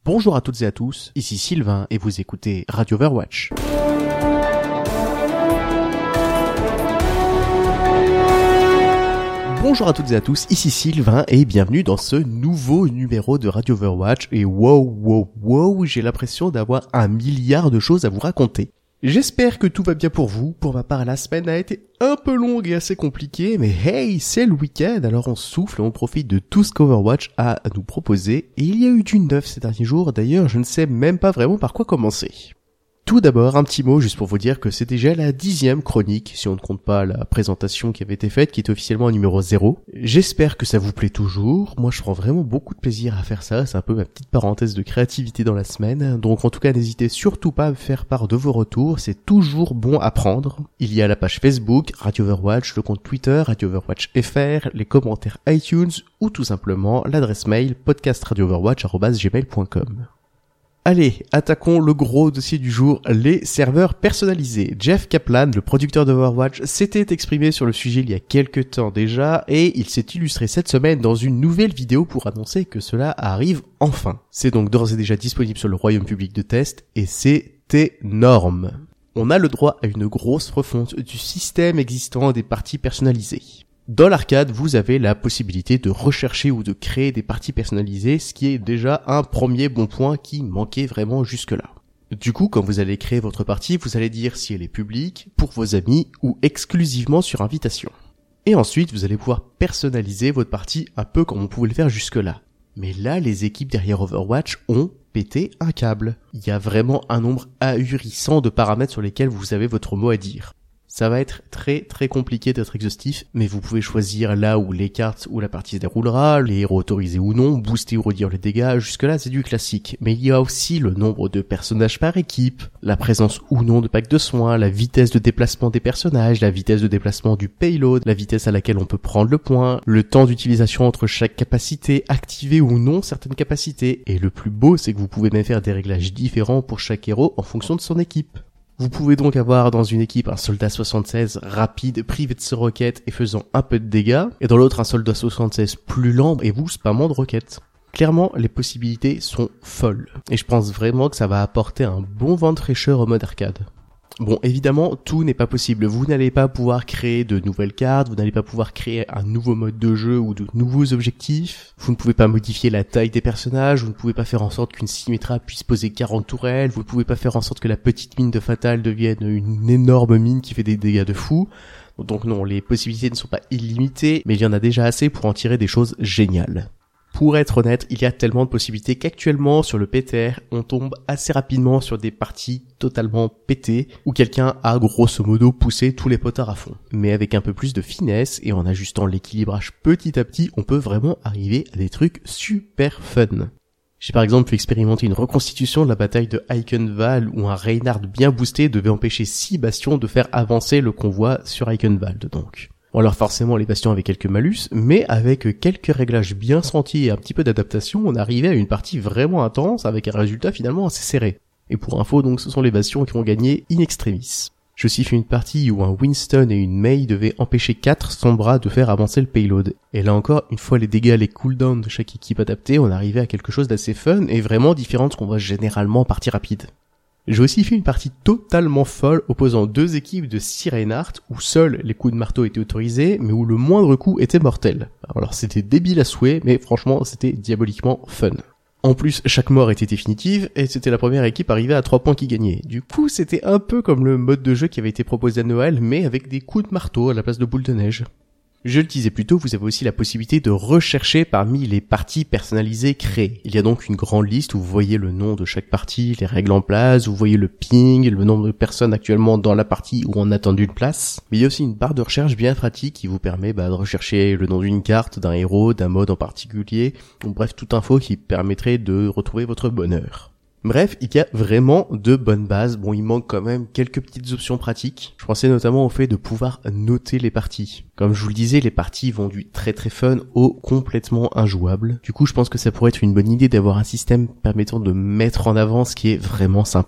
Bonjour à toutes et à tous, ici Sylvain et vous écoutez Radio Overwatch. Bonjour à toutes et à tous, ici Sylvain et bienvenue dans ce nouveau numéro de Radio Overwatch. Et wow, j'ai l'impression d'avoir 1 milliard de choses à vous raconter. J'espère que tout va bien pour vous. Pour ma part, la semaine a été un peu longue et assez compliquée, mais hey, c'est le week-end, alors on souffle et on profite de tout ce qu'Overwatch a à nous proposer. Et il y a eu du neuf ces derniers jours, d'ailleurs je ne sais même pas vraiment par quoi commencer. Tout d'abord, un petit mot juste pour vous dire que c'est déjà la 10e chronique, si on ne compte pas la présentation qui avait été faite, qui est officiellement un numéro 0. J'espère que ça vous plaît toujours. Moi, je prends vraiment beaucoup de plaisir à faire ça. C'est un peu ma petite parenthèse de créativité dans la semaine. Donc, en tout cas, n'hésitez surtout pas à me faire part de vos retours. C'est toujours bon à prendre. Il y a la page Facebook, Radio Overwatch, le compte Twitter, Radio Overwatch FR, les commentaires iTunes, ou tout simplement l'adresse mail podcastradioverwatch@gmail.com. Allez, attaquons le gros dossier du jour, les serveurs personnalisés. Jeff Kaplan, le producteur d'Overwatch, s'était exprimé sur le sujet il y a quelques temps déjà, et il s'est illustré cette semaine dans une nouvelle vidéo pour annoncer que cela arrive enfin. C'est donc d'ores et déjà disponible sur le royaume public de test, et c'est énorme. On a le droit à une grosse refonte du système existant des parties personnalisées. Dans l'arcade, vous avez la possibilité de rechercher ou de créer des parties personnalisées, ce qui est déjà un premier bon point qui manquait vraiment jusque-là. Du coup, quand vous allez créer votre partie, vous allez dire si elle est publique, pour vos amis ou exclusivement sur invitation. Et ensuite, vous allez pouvoir personnaliser votre partie un peu comme on pouvait le faire jusque-là. Mais là, les équipes derrière Overwatch ont pété un câble. Il y a vraiment un nombre ahurissant de paramètres sur lesquels vous avez votre mot à dire. Ça va être très compliqué d'être exhaustif, mais vous pouvez choisir là où les cartes où la partie se déroulera, les héros autorisés ou non, booster ou réduire les dégâts, jusque là c'est du classique. Mais il y a aussi le nombre de personnages par équipe, la présence ou non de packs de soins, la vitesse de déplacement des personnages, la vitesse de déplacement du payload, la vitesse à laquelle on peut prendre le point, le temps d'utilisation entre chaque capacité, activer ou non certaines capacités. Et le plus beau, c'est que vous pouvez même faire des réglages différents pour chaque héros en fonction de son équipe. Vous pouvez donc avoir dans une équipe un soldat 76 rapide, privé de ses roquettes et faisant un peu de dégâts, et dans l'autre un soldat 76 plus lent et vous spammant de roquettes. Clairement, les possibilités sont folles, et je pense vraiment que ça va apporter un bon vent de fraîcheur au mode arcade. Bon, évidemment, tout n'est pas possible. Vous n'allez pas pouvoir créer de nouvelles cartes, vous n'allez pas pouvoir créer un nouveau mode de jeu ou de nouveaux objectifs. Vous ne pouvez pas modifier la taille des personnages, vous ne pouvez pas faire en sorte qu'une Symmetra puisse poser 40 tourelles, vous ne pouvez pas faire en sorte que la petite mine de Fatal devienne une énorme mine qui fait des dégâts de fou. Donc non, les possibilités ne sont pas illimitées, mais il y en a déjà assez pour en tirer des choses géniales. Pour être honnête, il y a tellement de possibilités qu'actuellement, sur le PTR, on tombe assez rapidement sur des parties totalement pétées, où quelqu'un a grosso modo poussé tous les potards à fond. Mais avec un peu plus de finesse, et en ajustant l'équilibrage petit à petit, on peut vraiment arriver à des trucs super fun. J'ai par exemple pu expérimenter une reconstitution de la bataille de Eichenwald, où un Reinhardt bien boosté devait empêcher 6 bastions de faire avancer le convoi sur Eichenwald donc. Bon alors forcément les bastions avaient quelques malus, mais avec quelques réglages bien sentis et un petit peu d'adaptation, on arrivait à une partie vraiment intense avec un résultat finalement assez serré. Et pour info donc ce sont les bastions qui ont gagné in extremis. J'ai aussi fait une partie où un Winston et une Mei devaient empêcher 4 sans bras de faire avancer le payload. Et là encore, une fois les dégâts, les cooldowns de chaque équipe adaptés, on arrivait à quelque chose d'assez fun et vraiment différent de ce qu'on voit généralement en partie rapide. J'ai aussi fait une partie totalement folle opposant 2 équipes de 6 Reinhardt où seuls les coups de marteau étaient autorisés mais où le moindre coup était mortel. Alors c'était débile à souhait mais franchement c'était diaboliquement fun. En plus chaque mort était définitive et c'était la première équipe arrivée à 3 points qui gagnait. Du coup c'était un peu comme le mode de jeu qui avait été proposé à Noël mais avec des coups de marteau à la place de boules de neige. Je le disais plus tôt, vous avez aussi la possibilité de rechercher parmi les parties personnalisées créées. Il y a donc une grande liste où vous voyez le nom de chaque partie, les règles en place, vous voyez le ping, le nombre de personnes actuellement dans la partie ou en attente d'une place. Mais il y a aussi une barre de recherche bien pratique qui vous permet de rechercher le nom d'une carte, d'un héros, d'un mode en particulier, donc bref, toute info qui permettrait de retrouver votre bonheur. Bref, il y a vraiment de bonnes bases. Bon, il manque quand même quelques petites options pratiques. Je pensais notamment au fait de pouvoir noter les parties. Comme je vous le disais, les parties vont du très fun au complètement injouable. Du coup, je pense que ça pourrait être une bonne idée d'avoir un système permettant de mettre en avant ce qui est vraiment sympa.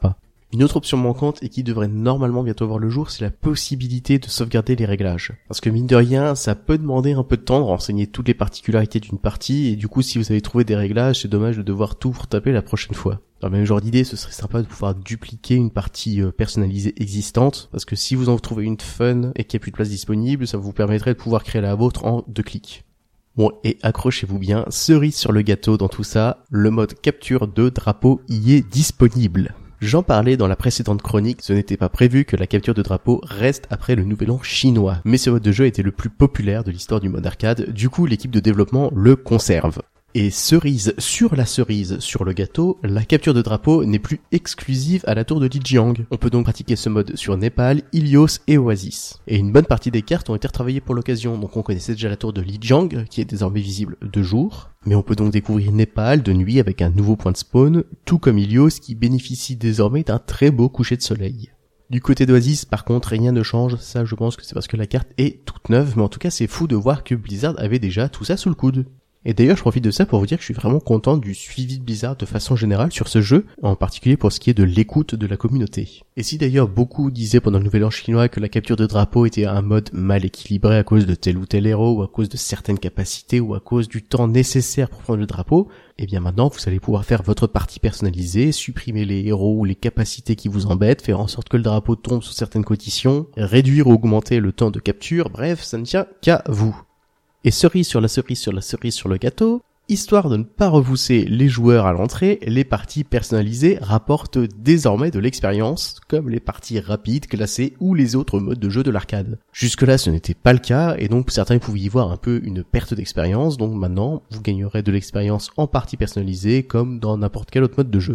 Une autre option manquante et qui devrait normalement bientôt voir le jour, c'est la possibilité de sauvegarder les réglages. Parce que mine de rien, ça peut demander un peu de temps de renseigner toutes les particularités d'une partie, et du coup si vous avez trouvé des réglages, c'est dommage de devoir tout retaper la prochaine fois. Dans le même genre d'idée, ce serait sympa de pouvoir dupliquer une partie personnalisée existante, parce que si vous en trouvez une fun et qu'il n'y a plus de place disponible, ça vous permettrait de pouvoir créer la vôtre en 2 clics. Bon, et accrochez-vous bien, cerise sur le gâteau dans tout ça, le mode capture de drapeau y est disponible. J'en parlais dans la précédente chronique, ce n'était pas prévu que la capture de drapeau reste après le nouvel an chinois, mais ce mode de jeu était le plus populaire de l'histoire du mode arcade, du coup l'équipe de développement le conserve. Et cerise sur le gâteau, la capture de drapeau n'est plus exclusive à la tour de Lijiang. On peut donc pratiquer ce mode sur Népal, Ilios et Oasis. Et une bonne partie des cartes ont été retravaillées pour l'occasion, donc on connaissait déjà la tour de Lijiang, qui est désormais visible de jour. Mais on peut donc découvrir Népal de nuit avec un nouveau point de spawn, tout comme Ilios qui bénéficie désormais d'un très beau coucher de soleil. Du côté d'Oasis, par contre, rien ne change, ça je pense que c'est parce que la carte est toute neuve, mais en tout cas c'est fou de voir que Blizzard avait déjà tout ça sous le coude. Et d'ailleurs, je profite de ça pour vous dire que je suis vraiment content du suivi de Blizzard de façon générale sur ce jeu, en particulier pour ce qui est de l'écoute de la communauté. Et si d'ailleurs beaucoup disaient pendant le nouvel an chinois que la capture de drapeau était un mode mal équilibré à cause de tel ou tel héros, ou à cause de certaines capacités, ou à cause du temps nécessaire pour prendre le drapeau, eh bien maintenant vous allez pouvoir faire votre partie personnalisée, supprimer les héros ou les capacités qui vous embêtent, faire en sorte que le drapeau tombe sous certaines conditions, réduire ou augmenter le temps de capture, bref, ça ne tient qu'à vous. Et cerise sur le gâteau, histoire de ne pas repousser les joueurs à l'entrée, les parties personnalisées rapportent désormais de l'expérience, comme les parties rapides, classées ou les autres modes de jeu de l'arcade. Jusque-là, ce n'était pas le cas, et donc certains pouvaient y voir un peu une perte d'expérience, donc maintenant, vous gagnerez de l'expérience en partie personnalisée, comme dans n'importe quel autre mode de jeu.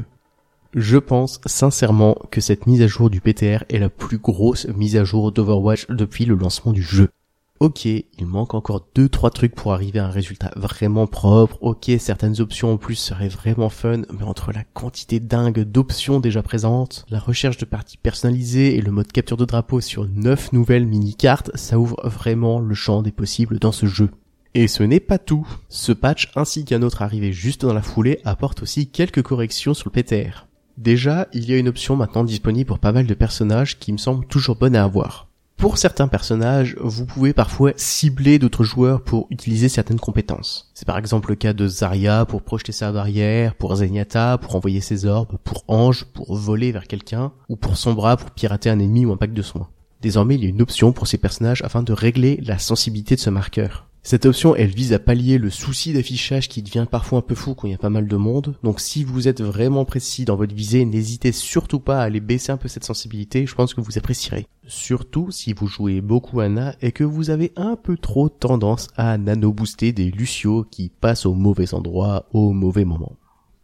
Je pense sincèrement que cette mise à jour du PTR est la plus grosse mise à jour d'Overwatch depuis le lancement du jeu. Ok, il manque encore 2-3 trucs pour arriver à un résultat vraiment propre, ok, certaines options en plus seraient vraiment fun, mais entre la quantité dingue d'options déjà présentes, la recherche de parties personnalisées et le mode capture de drapeau sur 9 nouvelles mini-cartes, ça ouvre vraiment le champ des possibles dans ce jeu. Et ce n'est pas tout. Ce patch ainsi qu'un autre arrivé juste dans la foulée apporte aussi quelques corrections sur le PTR. Déjà, il y a une option maintenant disponible pour pas mal de personnages qui me semble toujours bonne à avoir. Pour certains personnages, vous pouvez parfois cibler d'autres joueurs pour utiliser certaines compétences. C'est par exemple le cas de Zarya pour projeter sa barrière, pour Zenyatta pour envoyer ses orbes, pour Ange pour voler vers quelqu'un, ou pour Sombra pour pirater un ennemi ou un pack de soins. Désormais, il y a une option pour ces personnages afin de régler la sensibilité de ce marqueur. Cette option, elle vise à pallier le souci d'affichage qui devient parfois un peu fou quand il y a pas mal de monde. Donc si vous êtes vraiment précis dans votre visée, n'hésitez surtout pas à aller baisser un peu cette sensibilité, je pense que vous apprécierez. Surtout si vous jouez beaucoup Ana et que vous avez un peu trop tendance à nano-booster des Lucio qui passent au mauvais endroit au mauvais moment.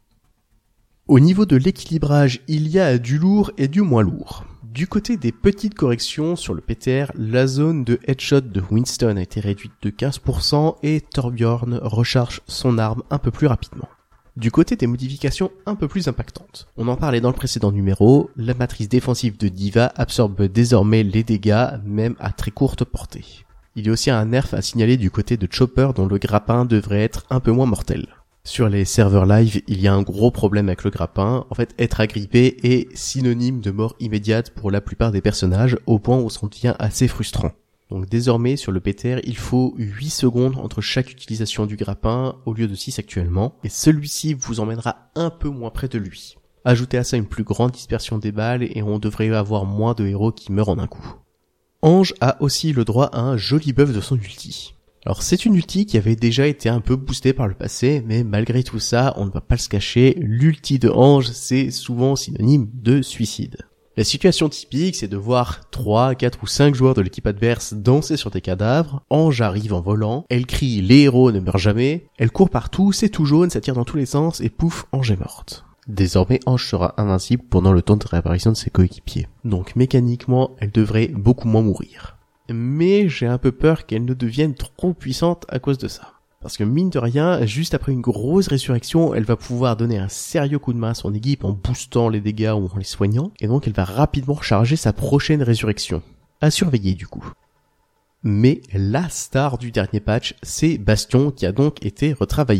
Au niveau de l'équilibrage, il y a du lourd et du moins lourd. Du côté des petites corrections sur le PTR, la zone de headshot de Winston a été réduite de 15% et Torbjorn recharge son arme un peu plus rapidement. Du côté des modifications un peu plus impactantes, on en parlait dans le précédent numéro, la matrice défensive de D.Va absorbe désormais les dégâts, même à très courte portée. Il y a aussi un nerf à signaler du côté de Chopper dont le grappin devrait être un peu moins mortel. Sur les serveurs live, il y a un gros problème avec le grappin. En fait, être agrippé est synonyme de mort immédiate pour la plupart des personnages, au point où ça devient assez frustrant. Donc désormais, sur le PTR, il faut 8 secondes entre chaque utilisation du grappin, au lieu de 6 actuellement, et celui-ci vous emmènera un peu moins près de lui. Ajoutez à ça une plus grande dispersion des balles, et on devrait avoir moins de héros qui meurent en un coup. Ange a aussi le droit à un joli buff de son ulti. Alors c'est une ulti qui avait déjà été un peu boostée par le passé, mais malgré tout ça, on ne va pas se cacher, l'ulti de Ange c'est souvent synonyme de suicide. La situation typique, c'est de voir 3, 4 ou 5 joueurs de l'équipe adverse danser sur des cadavres, Ange arrive en volant, elle crie « les héros ne meurent jamais », elle court partout, c'est tout jaune, ça tire dans tous les sens et pouf, Ange est morte. Désormais, Ange sera invincible pendant le temps de réapparition de ses coéquipiers. Donc mécaniquement, elle devrait beaucoup moins mourir. Mais j'ai un peu peur qu'elle ne devienne trop puissante à cause de ça. Parce que mine de rien, juste après une grosse résurrection, elle va pouvoir donner un sérieux coup de main à son équipe en boostant les dégâts ou en les soignant, et donc elle va rapidement recharger sa prochaine résurrection. À surveiller du coup. Mais la star du dernier patch, c'est Bastion qui a donc été retravaillé.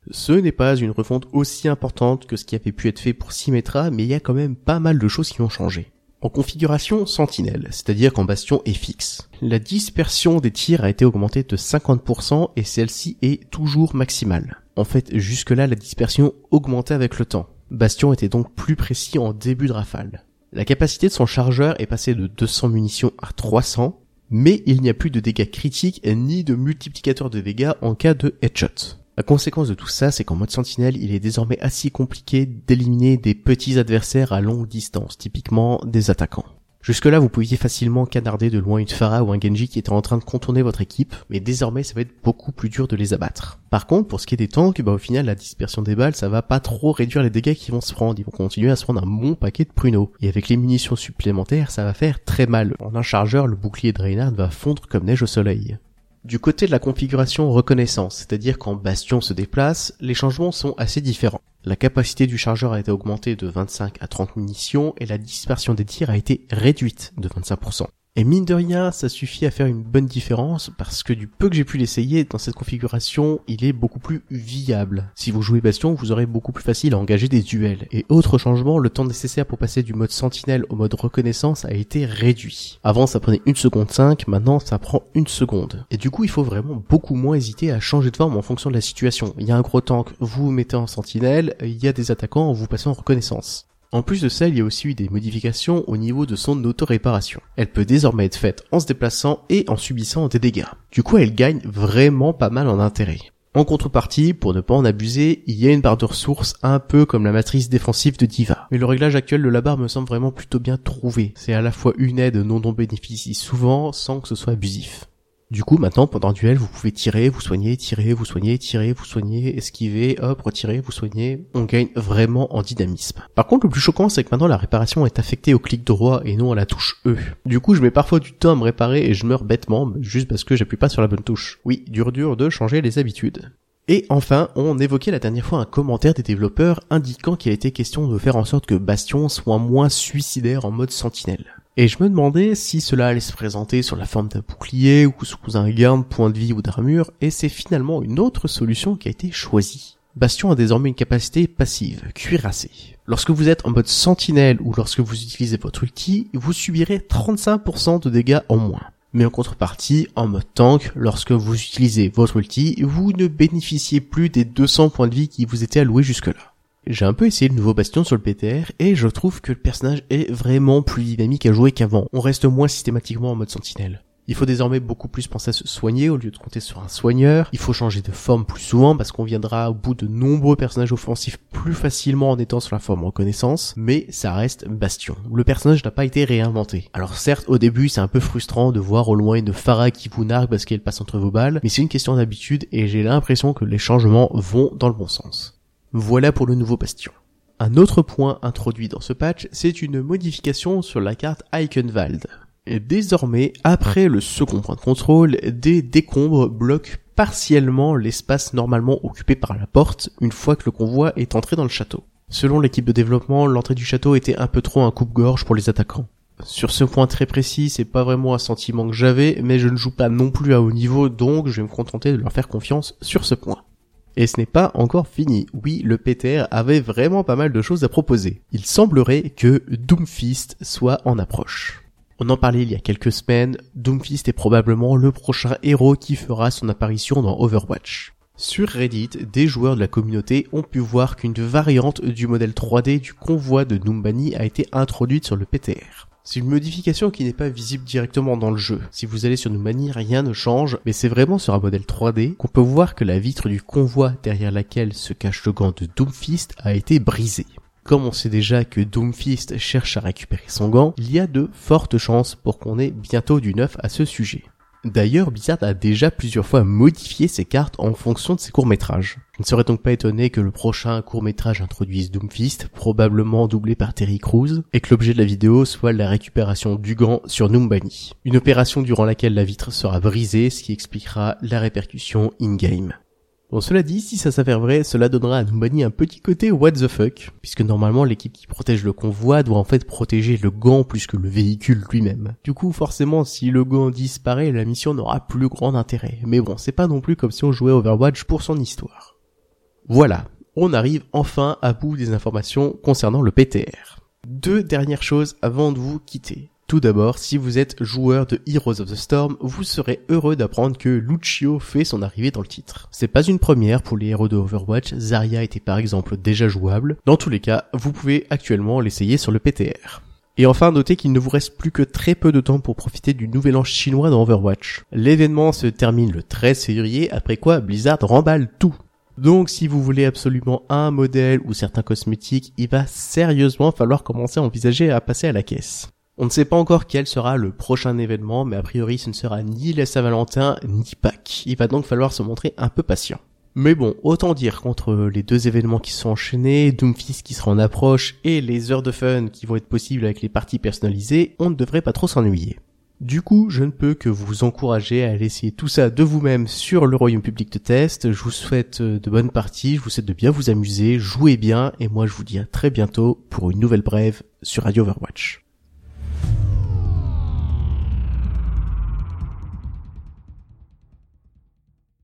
Ce n'est pas une refonte aussi importante que ce qui avait pu être fait pour Symmetra, mais il y a quand même pas mal de choses qui ont changé. En configuration sentinelle, c'est-à-dire quand Bastion est fixe, la dispersion des tirs a été augmentée de 50% et celle-ci est toujours maximale. En fait, jusque-là, la dispersion augmentait avec le temps. Bastion était donc plus précis en début de rafale. La capacité de son chargeur est passée de 200 munitions à 300, mais il n'y a plus de dégâts critiques ni de multiplicateur de dégâts en cas de headshot. La conséquence de tout ça, c'est qu'en mode sentinelle, il est désormais assez compliqué d'éliminer des petits adversaires à longue distance, typiquement des attaquants. Jusque-là, vous pouviez facilement canarder de loin une Pharah ou un Genji qui était en train de contourner votre équipe, mais désormais ça va être beaucoup plus dur de les abattre. Par contre, pour ce qui est des tanks, au final, la dispersion des balles, ça va pas trop réduire les dégâts qu'ils vont se prendre, ils vont continuer à se prendre un bon paquet de pruneaux. Et avec les munitions supplémentaires, ça va faire très mal. En un chargeur, le bouclier de Reinhardt va fondre comme neige au soleil. Du côté de la configuration reconnaissance, c'est-à-dire quand Bastion se déplace, les changements sont assez différents. La capacité du chargeur a été augmentée de 25 à 30 munitions et la dispersion des tirs a été réduite de 25%. Et mine de rien, ça suffit à faire une bonne différence parce que du peu que j'ai pu l'essayer dans cette configuration, il est beaucoup plus viable. Si vous jouez Bastion, vous aurez beaucoup plus facile à engager des duels. Et autre changement, le temps nécessaire pour passer du mode sentinelle au mode reconnaissance a été réduit. Avant ça prenait 1 seconde 5, maintenant ça prend 1 seconde. Et du coup il faut vraiment beaucoup moins hésiter à changer de forme en fonction de la situation. Il y a un gros tank, vous vous mettez en sentinelle, il y a des attaquants, vous passez en reconnaissance. En plus de ça, il y a aussi eu des modifications au niveau de son auto-réparation. Elle peut désormais être faite en se déplaçant et en subissant des dégâts. Du coup, elle gagne vraiment pas mal en intérêt. En contrepartie, pour ne pas en abuser, il y a une barre de ressources un peu comme la matrice défensive de D.Va. Mais le réglage actuel de la barre me semble vraiment plutôt bien trouvé. C'est à la fois une aide dont on bénéficie souvent sans que ce soit abusif. Du coup, maintenant, pendant un duel, vous pouvez tirer, vous soigner, tirer, vous soigner, tirer, vous soigner, esquiver, hop, retirer, vous soigner. On gagne vraiment en dynamisme. Par contre, le plus choquant, c'est que maintenant, la réparation est affectée au clic droit et non à la touche E. Du coup, je mets parfois du temps à me réparer et je meurs bêtement, juste parce que j'appuie pas sur la bonne touche. Oui, dur de changer les habitudes. Et enfin, on évoquait la dernière fois un commentaire des développeurs indiquant qu'il a été question de faire en sorte que Bastion soit moins suicidaire en mode sentinelle. Et je me demandais si cela allait se présenter sur la forme d'un bouclier ou sous un gain de points de vie ou d'armure, et c'est finalement une autre solution qui a été choisie. Bastion a désormais une capacité passive, cuirassée. Lorsque vous êtes en mode sentinelle ou lorsque vous utilisez votre ulti, vous subirez 35% de dégâts en moins. Mais en contrepartie, en mode tank, lorsque vous utilisez votre ulti, vous ne bénéficiez plus des 200 points de vie qui vous étaient alloués jusque-là. J'ai un peu essayé le nouveau Bastion sur le PTR et je trouve que le personnage est vraiment plus dynamique à jouer qu'avant. On reste moins systématiquement en mode sentinelle. Il faut désormais beaucoup plus penser à se soigner au lieu de compter sur un soigneur. Il faut changer de forme plus souvent parce qu'on viendra au bout de nombreux personnages offensifs plus facilement en étant sur la forme reconnaissance. Mais ça reste Bastion. Le personnage n'a pas été réinventé. Alors certes, au début, c'est un peu frustrant de voir au loin une Pharah qui vous nargue parce qu'elle passe entre vos balles. Mais c'est une question d'habitude et j'ai l'impression que les changements vont dans le bon sens. Voilà pour le nouveau Bastion. Un autre point introduit dans ce patch, c'est une modification sur la carte Eichenwald. Et désormais, après le second point de contrôle, des décombres bloquent partiellement l'espace normalement occupé par la porte une fois que le convoi est entré dans le château. Selon l'équipe de développement, l'entrée du château était un peu trop un coupe-gorge pour les attaquants. Sur ce point très précis, c'est pas vraiment un sentiment que j'avais, mais je ne joue pas non plus à haut niveau, donc je vais me contenter de leur faire confiance sur ce point. Et ce n'est pas encore fini. Oui, le PTR avait vraiment pas mal de choses à proposer. Il semblerait que Doomfist soit en approche. On en parlait il y a quelques semaines, Doomfist est probablement le prochain héros qui fera son apparition dans Overwatch. Sur Reddit, des joueurs de la communauté ont pu voir qu'une variante du modèle 3D du convoi de Numbani a été introduite sur le PTR. C'est une modification qui n'est pas visible directement dans le jeu. Si vous allez sur Numbani, rien ne change, mais c'est vraiment sur un modèle 3D qu'on peut voir que la vitre du convoi derrière laquelle se cache le gant de Doomfist a été brisée. Comme on sait déjà que Doomfist cherche à récupérer son gant, il y a de fortes chances pour qu'on ait bientôt du neuf à ce sujet. D'ailleurs, Blizzard a déjà plusieurs fois modifié ses cartes en fonction de ses courts-métrages. Je ne serais donc pas étonné que le prochain court-métrage introduise Doomfist, probablement doublé par Terry Crews, et que l'objet de la vidéo soit la récupération du gant sur Numbani. Une opération durant laquelle la vitre sera brisée, ce qui expliquera la répercussion in-game. Bon, cela dit, si ça s'avère vrai, cela donnera à Numbani un petit côté what the fuck, puisque normalement l'équipe qui protège le convoi doit en fait protéger le gant plus que le véhicule lui-même. Du coup, forcément, si le gant disparaît, la mission n'aura plus grand intérêt. Mais bon, c'est pas non plus comme si on jouait Overwatch pour son histoire. Voilà, on arrive enfin à bout des informations concernant le PTR. 2 dernières choses avant de vous quitter. Tout d'abord, si vous êtes joueur de Heroes of the Storm, vous serez heureux d'apprendre que Lucio fait son arrivée dans le titre. C'est pas une première pour les héros de Overwatch, Zarya était par exemple déjà jouable. Dans tous les cas, vous pouvez actuellement l'essayer sur le PTR. Et enfin, notez qu'il ne vous reste plus que très peu de temps pour profiter du nouvel an chinois dans Overwatch. L'événement se termine le 13 février, après quoi Blizzard remballe tout. Donc si vous voulez absolument un modèle ou certains cosmétiques, il va sérieusement falloir commencer à envisager à passer à la caisse. On ne sait pas encore quel sera le prochain événement, mais a priori ce ne sera ni la Saint-Valentin ni Pâques. Il va donc falloir se montrer un peu patient. Mais bon, autant dire qu'entre les 2 événements qui sont enchaînés, Doomfist qui sera en approche et les heures de fun qui vont être possibles avec les parties personnalisées, on ne devrait pas trop s'ennuyer. Du coup, je ne peux que vous encourager à aller essayer tout ça de vous-même sur le royaume public de test. Je vous souhaite de bonnes parties, je vous souhaite de bien vous amuser, jouez bien, et moi je vous dis à très bientôt pour une nouvelle brève sur Radio Overwatch.